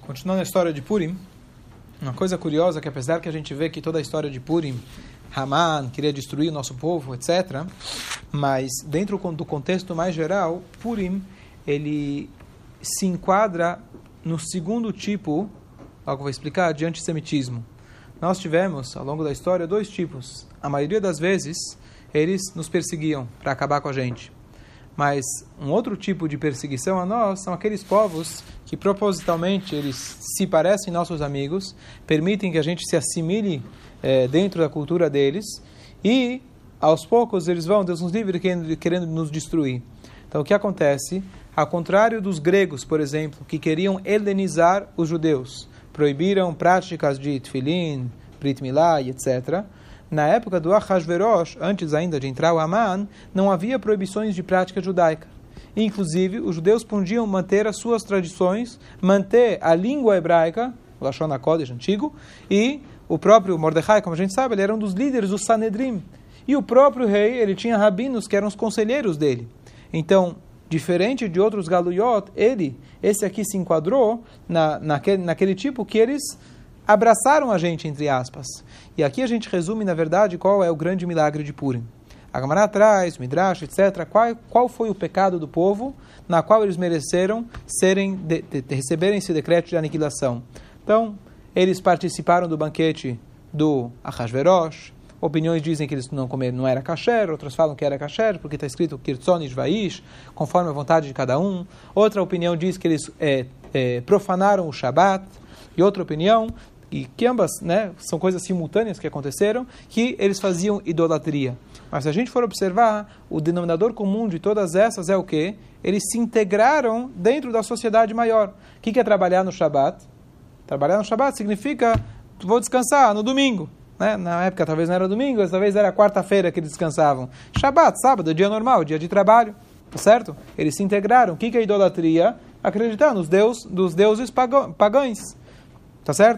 Continuando a história de Purim, uma coisa curiosa é que apesar que a gente vê que toda a história de Purim, Haman queria destruir o nosso povo, etc., mas dentro do contexto mais geral, Purim, ele se enquadra no segundo tipo, algo que eu vou explicar, de antissemitismo. Nós tivemos, ao longo da história, dois tipos. A maioria das vezes, eles nos perseguiam para acabar com a gente. Mas um outro tipo de perseguição a nós são aqueles povos que propositalmente eles se parecem nossos amigos, permitem que a gente se assimile dentro da cultura deles e aos poucos eles vão, Deus nos livre, querendo nos destruir. Então o que acontece? Ao contrário dos gregos, por exemplo, que queriam helenizar os judeus, proibiram práticas de tefilin, brit milá e etc., na época do Ahasverosh, antes ainda de entrar o Haman, não havia proibições de prática judaica. Inclusive, os judeus podiam manter as suas tradições, manter a língua hebraica, o Lashon HaKodesh antigo, e o próprio Mordecai, como a gente sabe, ele era um dos líderes do Sanedrim. E o próprio rei, ele tinha rabinos que eram os conselheiros dele. Então, diferente de outros galuyot, esse aqui se enquadrou naquele tipo que eles abraçaram a gente, entre aspas. E aqui a gente resume, na verdade, qual é o grande milagre de Purim. A Gemara traz, Midrash, etc. Qual foi o pecado do povo na qual eles mereceram receberem esse decreto de aniquilação. Então, eles participaram do banquete do Ahasverosh. Opiniões dizem que eles não comeram, não era kasher, outras falam que era kasher, porque está escrito Kirtzon Ishvaish, conforme a vontade de cada um. Outra opinião diz que eles profanaram o Shabat. E outra opinião, e que ambas são coisas simultâneas que aconteceram, que eles faziam idolatria. Mas se a gente for observar, o denominador comum de todas essas é o quê? Eles se integraram dentro da sociedade maior. O que é trabalhar no Shabat? Trabalhar no Shabat significa, vou descansar no domingo. Na época talvez não era domingo, talvez era quarta-feira que eles descansavam. Shabat, sábado, dia normal, dia de trabalho. Tá certo? Eles se integraram. O que é idolatria? Acreditar nos deuses pagãos. Tá certo?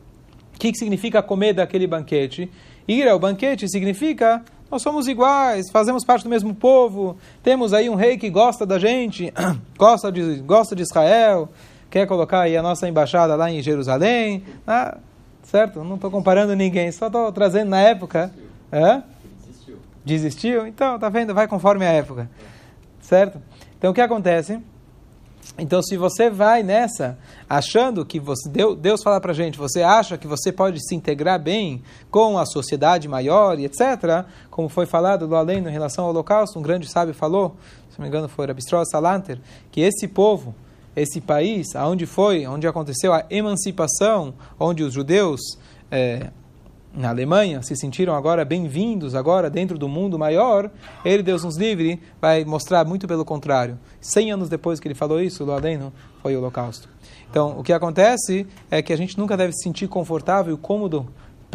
O que significa comer daquele banquete? Ir ao banquete significa nós somos iguais, fazemos parte do mesmo povo, temos aí um rei que gosta da gente, gosta de Israel, quer colocar aí a nossa embaixada lá em Jerusalém, certo? Não estou comparando ninguém, só estou trazendo na época. Desistiu? Então, tá vendo? Vai conforme a época. Certo? Então, o que acontece? Então, se você vai nessa, achando que Deus fala pra gente, você acha que você pode se integrar bem com a sociedade maior e etc., como foi falado do além em relação ao Holocausto, um grande sábio falou, se não me engano foi Rabbi Strauss Salanter, que esse povo, esse país, onde aconteceu a emancipação, onde os judeus na Alemanha se sentiram agora bem-vindos, agora dentro do mundo maior, Deus nos livre, vai mostrar muito pelo contrário. 100 anos depois que ele falou isso, lá dentro, foi o Holocausto. Então, o que acontece é que a gente nunca deve se sentir confortável e cômodo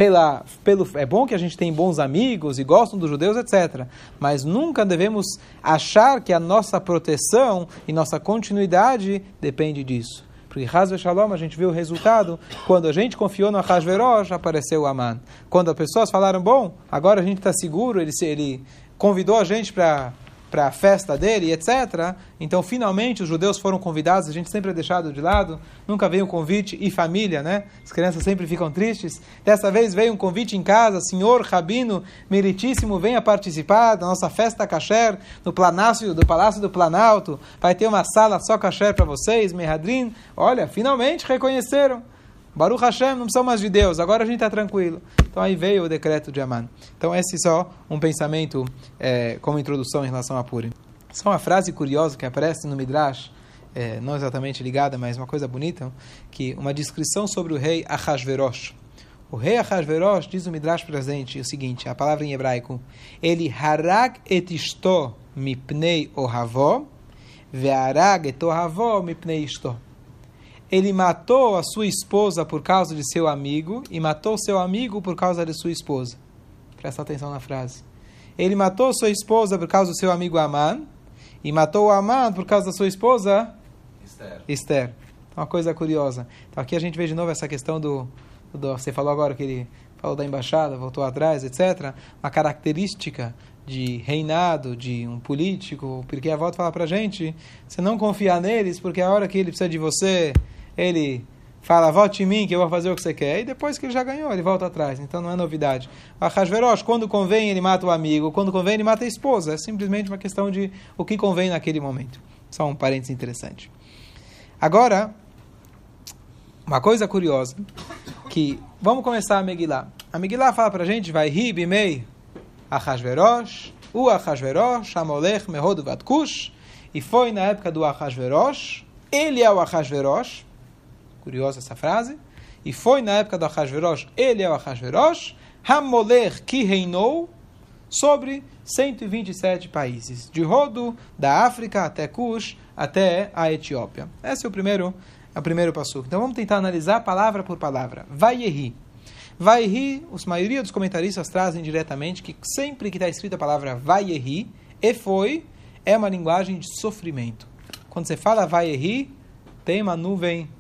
é bom que a gente tem bons amigos e gostam dos judeus, etc. Mas nunca devemos achar que a nossa proteção e nossa continuidade depende disso. Porque Chas v'Shalom, a gente viu o resultado, quando a gente confiou no Ahasverosh, apareceu o Haman. Quando as pessoas falaram, bom, agora a gente está seguro, ele convidou a gente para a festa dele, etc. Então, finalmente, os judeus foram convidados, a gente sempre é deixado de lado, nunca veio um convite, e família, As crianças sempre ficam tristes. Dessa vez veio um convite em casa, senhor Rabino meritíssimo, venha participar da nossa festa kasher no Palácio do Planalto, vai ter uma sala só kasher para vocês, Mehadrin. Olha, finalmente reconheceram. Baruch Hashem, não precisamos mais de Deus, agora a gente está tranquilo. Então aí veio o decreto de Haman. Então esse é só um pensamento como introdução em relação a Purim. Só uma frase curiosa que aparece no Midrash, não exatamente ligada, mas uma coisa bonita, que uma descrição sobre o rei Ahasverosh. O rei Ahasverosh, diz o Midrash presente, o seguinte, a palavra em hebraico, ele harag et ishto mipnei ohavo, ve'harag et ohavo mipnei ishto. Ele matou a sua esposa por causa de seu amigo e matou seu amigo por causa de sua esposa. Presta atenção na frase. Ele matou sua esposa por causa do seu amigo Haman e matou o Haman por causa da sua esposa Esther. Então, uma coisa curiosa. Então, aqui a gente vê de novo essa questão você falou agora que ele falou da embaixada, voltou atrás, etc. Uma característica de reinado, de um político, porque a volta fala pra gente, você não confiar neles, porque a hora que ele precisa de você, ele fala, vote em mim que eu vou fazer o que você quer, e depois que ele já ganhou, ele volta atrás, então não é novidade. O Ahasverosh, quando convém, ele mata o amigo, quando convém, ele mata a esposa, é simplesmente uma questão de o que convém naquele momento. Só um parênteses interessante. Agora, uma coisa curiosa, que vamos começar a Megillah. A Megillah fala pra gente, vai ri bimei Ahasverosh, o Ahasverosh, Amolech, Mehod, Vatkush, e foi na época do Ahasverosh, ele é o Ahasverosh, curiosa essa frase, e foi na época do Ahasverosh, ele é o Ahasverosh, Hamolech, que reinou sobre 127 países, de Rodo, da África até Cush, até a Etiópia. Esse é o primeiro passuco. Então vamos tentar analisar palavra por palavra. Vayehi. Vayehi, a maioria dos comentaristas trazem diretamente que sempre que está escrita a palavra Vayehi, e foi, é uma linguagem de sofrimento. Quando você fala Vayehi, tem uma nuvem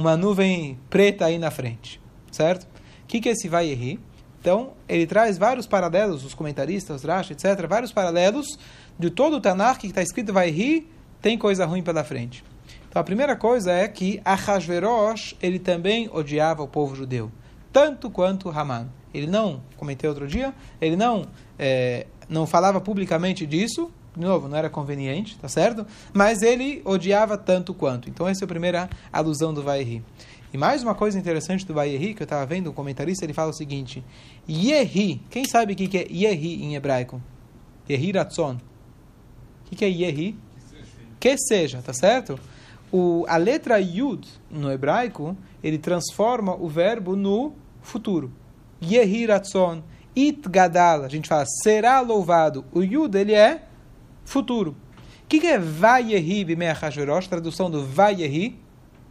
preta aí na frente, certo? O que é esse Vayehi? Então, ele traz vários paralelos, os comentaristas, Rashi, etc., vários paralelos de todo o Tanakh que está escrito Vayehi, tem coisa ruim pela frente. Então, a primeira coisa é que Ahasverosh, ele também odiava o povo judeu, tanto quanto Haman. Ele não, comentei outro dia, ele não falava publicamente disso, de novo, não era conveniente, tá certo? Mas ele odiava tanto quanto. Então, essa é a primeira alusão do Vayehi. E mais uma coisa interessante do Vayehi, que eu estava vendo, um comentarista, ele fala o seguinte, Yehi, quem sabe o que é Yehi em hebraico? Yehi Ratzon. O que é Yehi? Que seja, tá certo? A letra Yud, no hebraico, ele transforma o verbo no futuro. Yehi Ratzon, It Gadal, a gente fala, será louvado. O Yud, ele é futuro. O que é Vayehi bimei Ahasverosh? Tradução do Vayehi.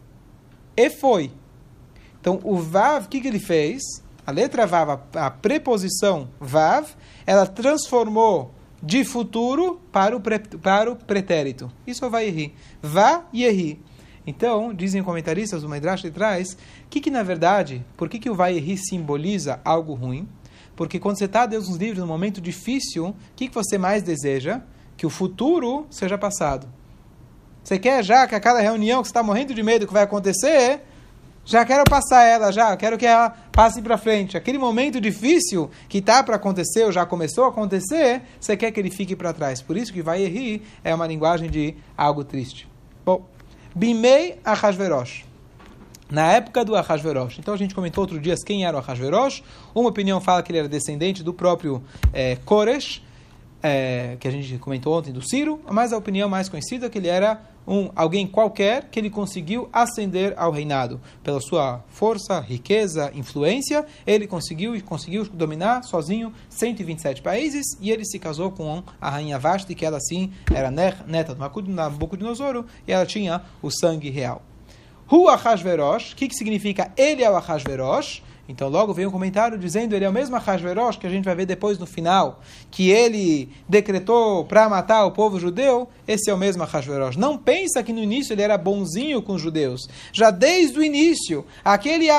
E foi. Então, o Vav, o que ele fez? A letra Vav, a preposição Vav, ela transformou de futuro para o pretérito. Isso é o Vayehi. Va-yehi. Então, dizem comentaristas, o Midrash traz, que na verdade, por que o Vayehi simboliza algo ruim? Porque quando você está, Deus nos livre, num momento difícil, o que você mais deseja? Que o futuro seja passado. Você quer já que aquela reunião que você está morrendo de medo que vai acontecer, já quero passar ela, já quero que ela passe para frente. Aquele momento difícil que está para acontecer, ou já começou a acontecer, você quer que ele fique para trás. Por isso que Vayehi é uma linguagem de algo triste. Bom, Bimei Ahasverosh. Na época do Ahasverosh. Então a gente comentou outro dia quem era o Ahasverosh. Uma opinião fala que ele era descendente do próprio Koresh, que a gente comentou ontem do Ciro, mas a opinião mais conhecida é que ele era alguém qualquer que ele conseguiu ascender ao reinado. Pela sua força, riqueza, influência, ele conseguiu dominar sozinho 127 países e ele se casou com a rainha Vashti, que ela sim era neta do Nabucodonosor e ela tinha o sangue real. Hu Ahasverosh, o que significa ele é o Ahasverosh? Então logo vem um comentário dizendo ele é o mesmo Ahasverosh que a gente vai ver depois no final, que ele decretou para matar o povo judeu. Esse é o mesmo Ahasverosh. Não pensa que no início ele era bonzinho com os judeus. Já desde o início, aquele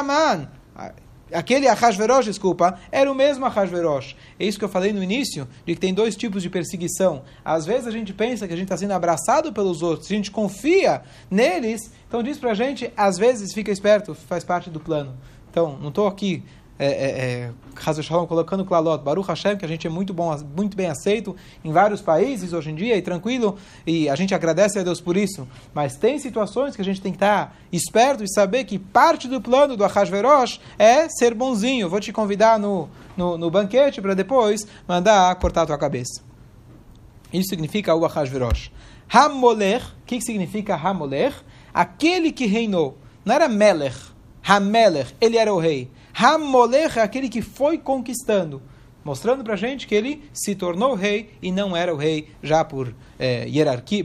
Ahasverosh, era o mesmo Ahasverosh. É isso que eu falei no início, de que tem dois tipos de perseguição. Às vezes a gente pensa que a gente está sendo abraçado pelos outros, a gente confia neles, então diz pra gente, às vezes fica esperto, faz parte do plano. Então, não estou aqui, colocando Klalot, Baruch Hashem, que a gente é muito bem aceito em vários países hoje em dia, e tranquilo, e a gente agradece a Deus por isso. Mas tem situações que a gente tem que estar esperto e saber que parte do plano do Ahasverosh é ser bonzinho. Eu vou te convidar no banquete para depois mandar cortar a tua cabeça. Isso significa o Ahasverosh. Hamolech, o que significa Hamolech? Aquele que reinou. Não era Melech. Hamelech, ele era o rei. Hamolech é aquele que foi conquistando, mostrando para a gente que ele se tornou rei e não era o rei já por hierarquia,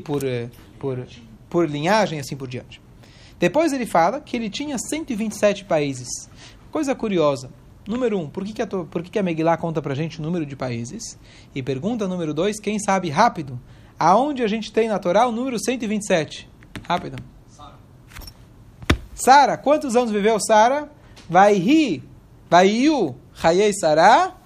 por linhagem, assim por diante. Depois ele fala que ele tinha 127 países. Coisa curiosa. Número 1, por que a Megillah conta para a gente o número de países? E pergunta número 2, quem sabe rápido, aonde a gente tem na Torá o número 127? Rápido. Sara, quantos anos viveu Sara? Vaihi, Chayei Sara,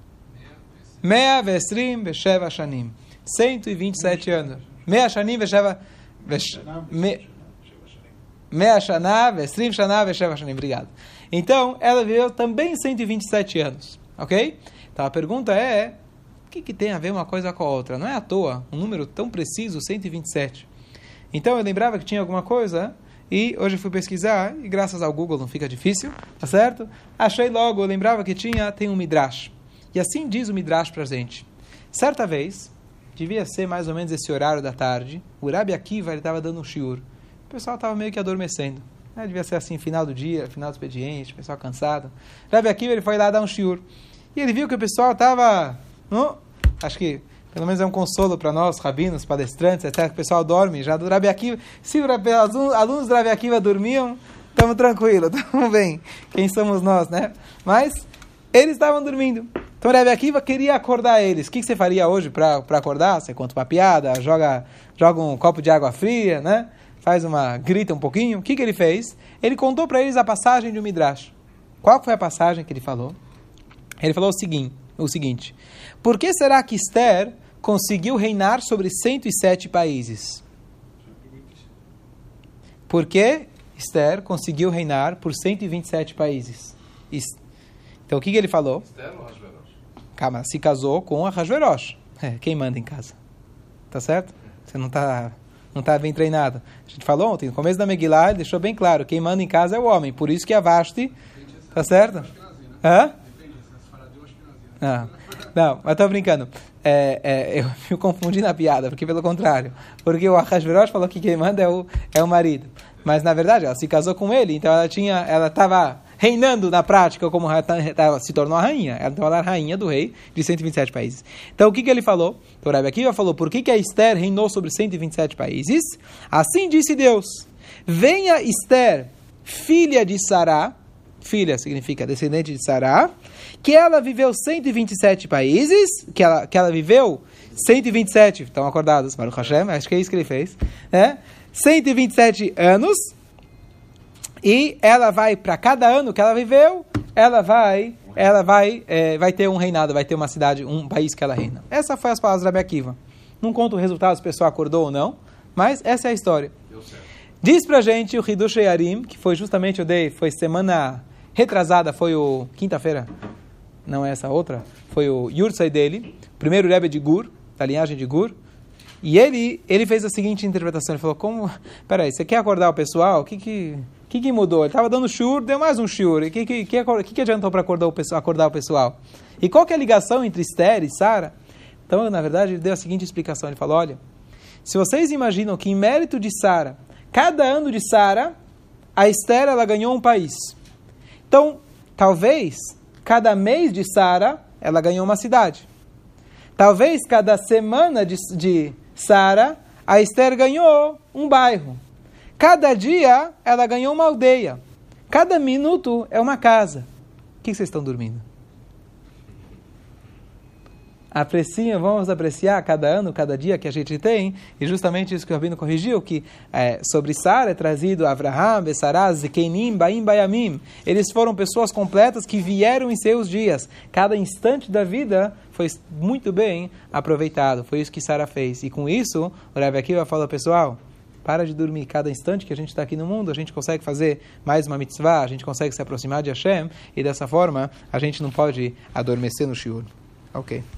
127 shanim. 127 anos. 100 shanim, Mea Shana, Vestrim Shana, Vesheva Shana. Obrigado. Então, ela viveu também 127 anos. Ok? Então, a pergunta é, o que tem a ver uma coisa com a outra? Não é à toa, um número tão preciso, 127. Então, eu lembrava que tinha alguma coisa, e hoje eu fui pesquisar, e graças ao Google não fica difícil, tá certo? Achei logo, eu lembrava que tem um Midrash. E assim diz o Midrash pra gente. Certa vez, devia ser mais ou menos esse horário da tarde, o Rabi Akiva estava dando um shiur. O pessoal estava meio que adormecendo. Devia ser assim, final do dia, final do expediente, o pessoal cansado. Rabi Akiva ele foi lá dar um shiur. E ele viu que o pessoal estava... acho que pelo menos é um consolo para nós, rabinos, palestrantes, até que o pessoal dorme já do Rabi Akiva. Se os alunos do Rabi Akiva dormiam, estamos tranquilos, estamos bem. Quem somos nós, né? Mas eles estavam dormindo. Então Rabi Akiva queria acordar eles. O que você faria hoje para acordar? Você conta uma piada, joga um copo de água fria, né? Grita um pouquinho. O que ele fez? Ele contou para eles a passagem de um Midrash. Qual foi a passagem que ele falou? Ele falou o seguinte: por que será que Esther conseguiu reinar sobre 107 países? Por que Esther conseguiu reinar por 127 países? Então o que ele falou? Esther ou Ahasverosh? Calma, se casou com Ahasverosh. Quem manda em casa? Tá certo? Você não tá bem treinado. A gente falou ontem, no começo da Megillah, ele deixou bem claro, quem manda em casa é o homem. Por isso que a Vashti, tá certo? Hã? Não, mas tô brincando. Eu me confundi na piada, porque pelo contrário. Porque o Ahasverosh falou que quem manda é o marido. Mas na verdade ela se casou com ele, então ela estava reinando na prática, como se tornou a rainha. Ela era a rainha do rei de 127 países. Então o que ele falou? Então Rabi Akiva falou, por que a Esther reinou sobre 127 países? Assim disse Deus, venha Esther, filha de Sará, filha significa descendente de Sará, que ela viveu 127 países, que ela viveu 127, estão acordados, Baruch Hashem, acho que é isso que ele fez, 127 anos, e ela vai, para cada ano que ela viveu, ela vai ter um reinado, vai ter uma cidade, um país que ela reina. Essa foi as palavras da Rabi Akiva. Não conta o resultado, se a pessoa acordou ou não, mas essa é a história. Diz pra gente o Hidush Yarim, que foi justamente foi semana retrasada, foi quinta-feira, não é essa outra, foi o Yurtzai dele, primeiro Rebbe de Gur, da linhagem de Gur, e ele fez a seguinte interpretação, ele falou, peraí, você quer acordar o pessoal? O que mudou? Ele estava dando shiur, deu mais um shiur, o que adiantou para acordar o pessoal? E qual que é a ligação entre Esther e Sara? Então, na verdade, ele deu a seguinte explicação, ele falou, olha, se vocês imaginam que em mérito de Sara, cada ano de Sara, a Esther ela ganhou um país. Então, talvez, cada mês de Sara, ela ganhou uma cidade. Talvez, cada semana de Sara, a Esther ganhou um bairro. Cada dia, ela ganhou uma aldeia. Cada minuto é uma casa. O que vocês estão dormindo? Vamos apreciar cada ano, cada dia que a gente tem, e justamente isso que o Rabino corrigiu, que sobre Sara é trazido Avraham, Besará, Zekenim, Baim, Bayamim. Eles foram pessoas completas que vieram em seus dias. Cada instante da vida foi muito bem aproveitado. Foi isso que Sara fez. E com isso, o Rabi Akiva fala, pessoal, para de dormir. Cada instante que a gente está aqui no mundo, a gente consegue fazer mais uma mitzvah, a gente consegue se aproximar de Hashem, e dessa forma, a gente não pode adormecer no shiur. Ok.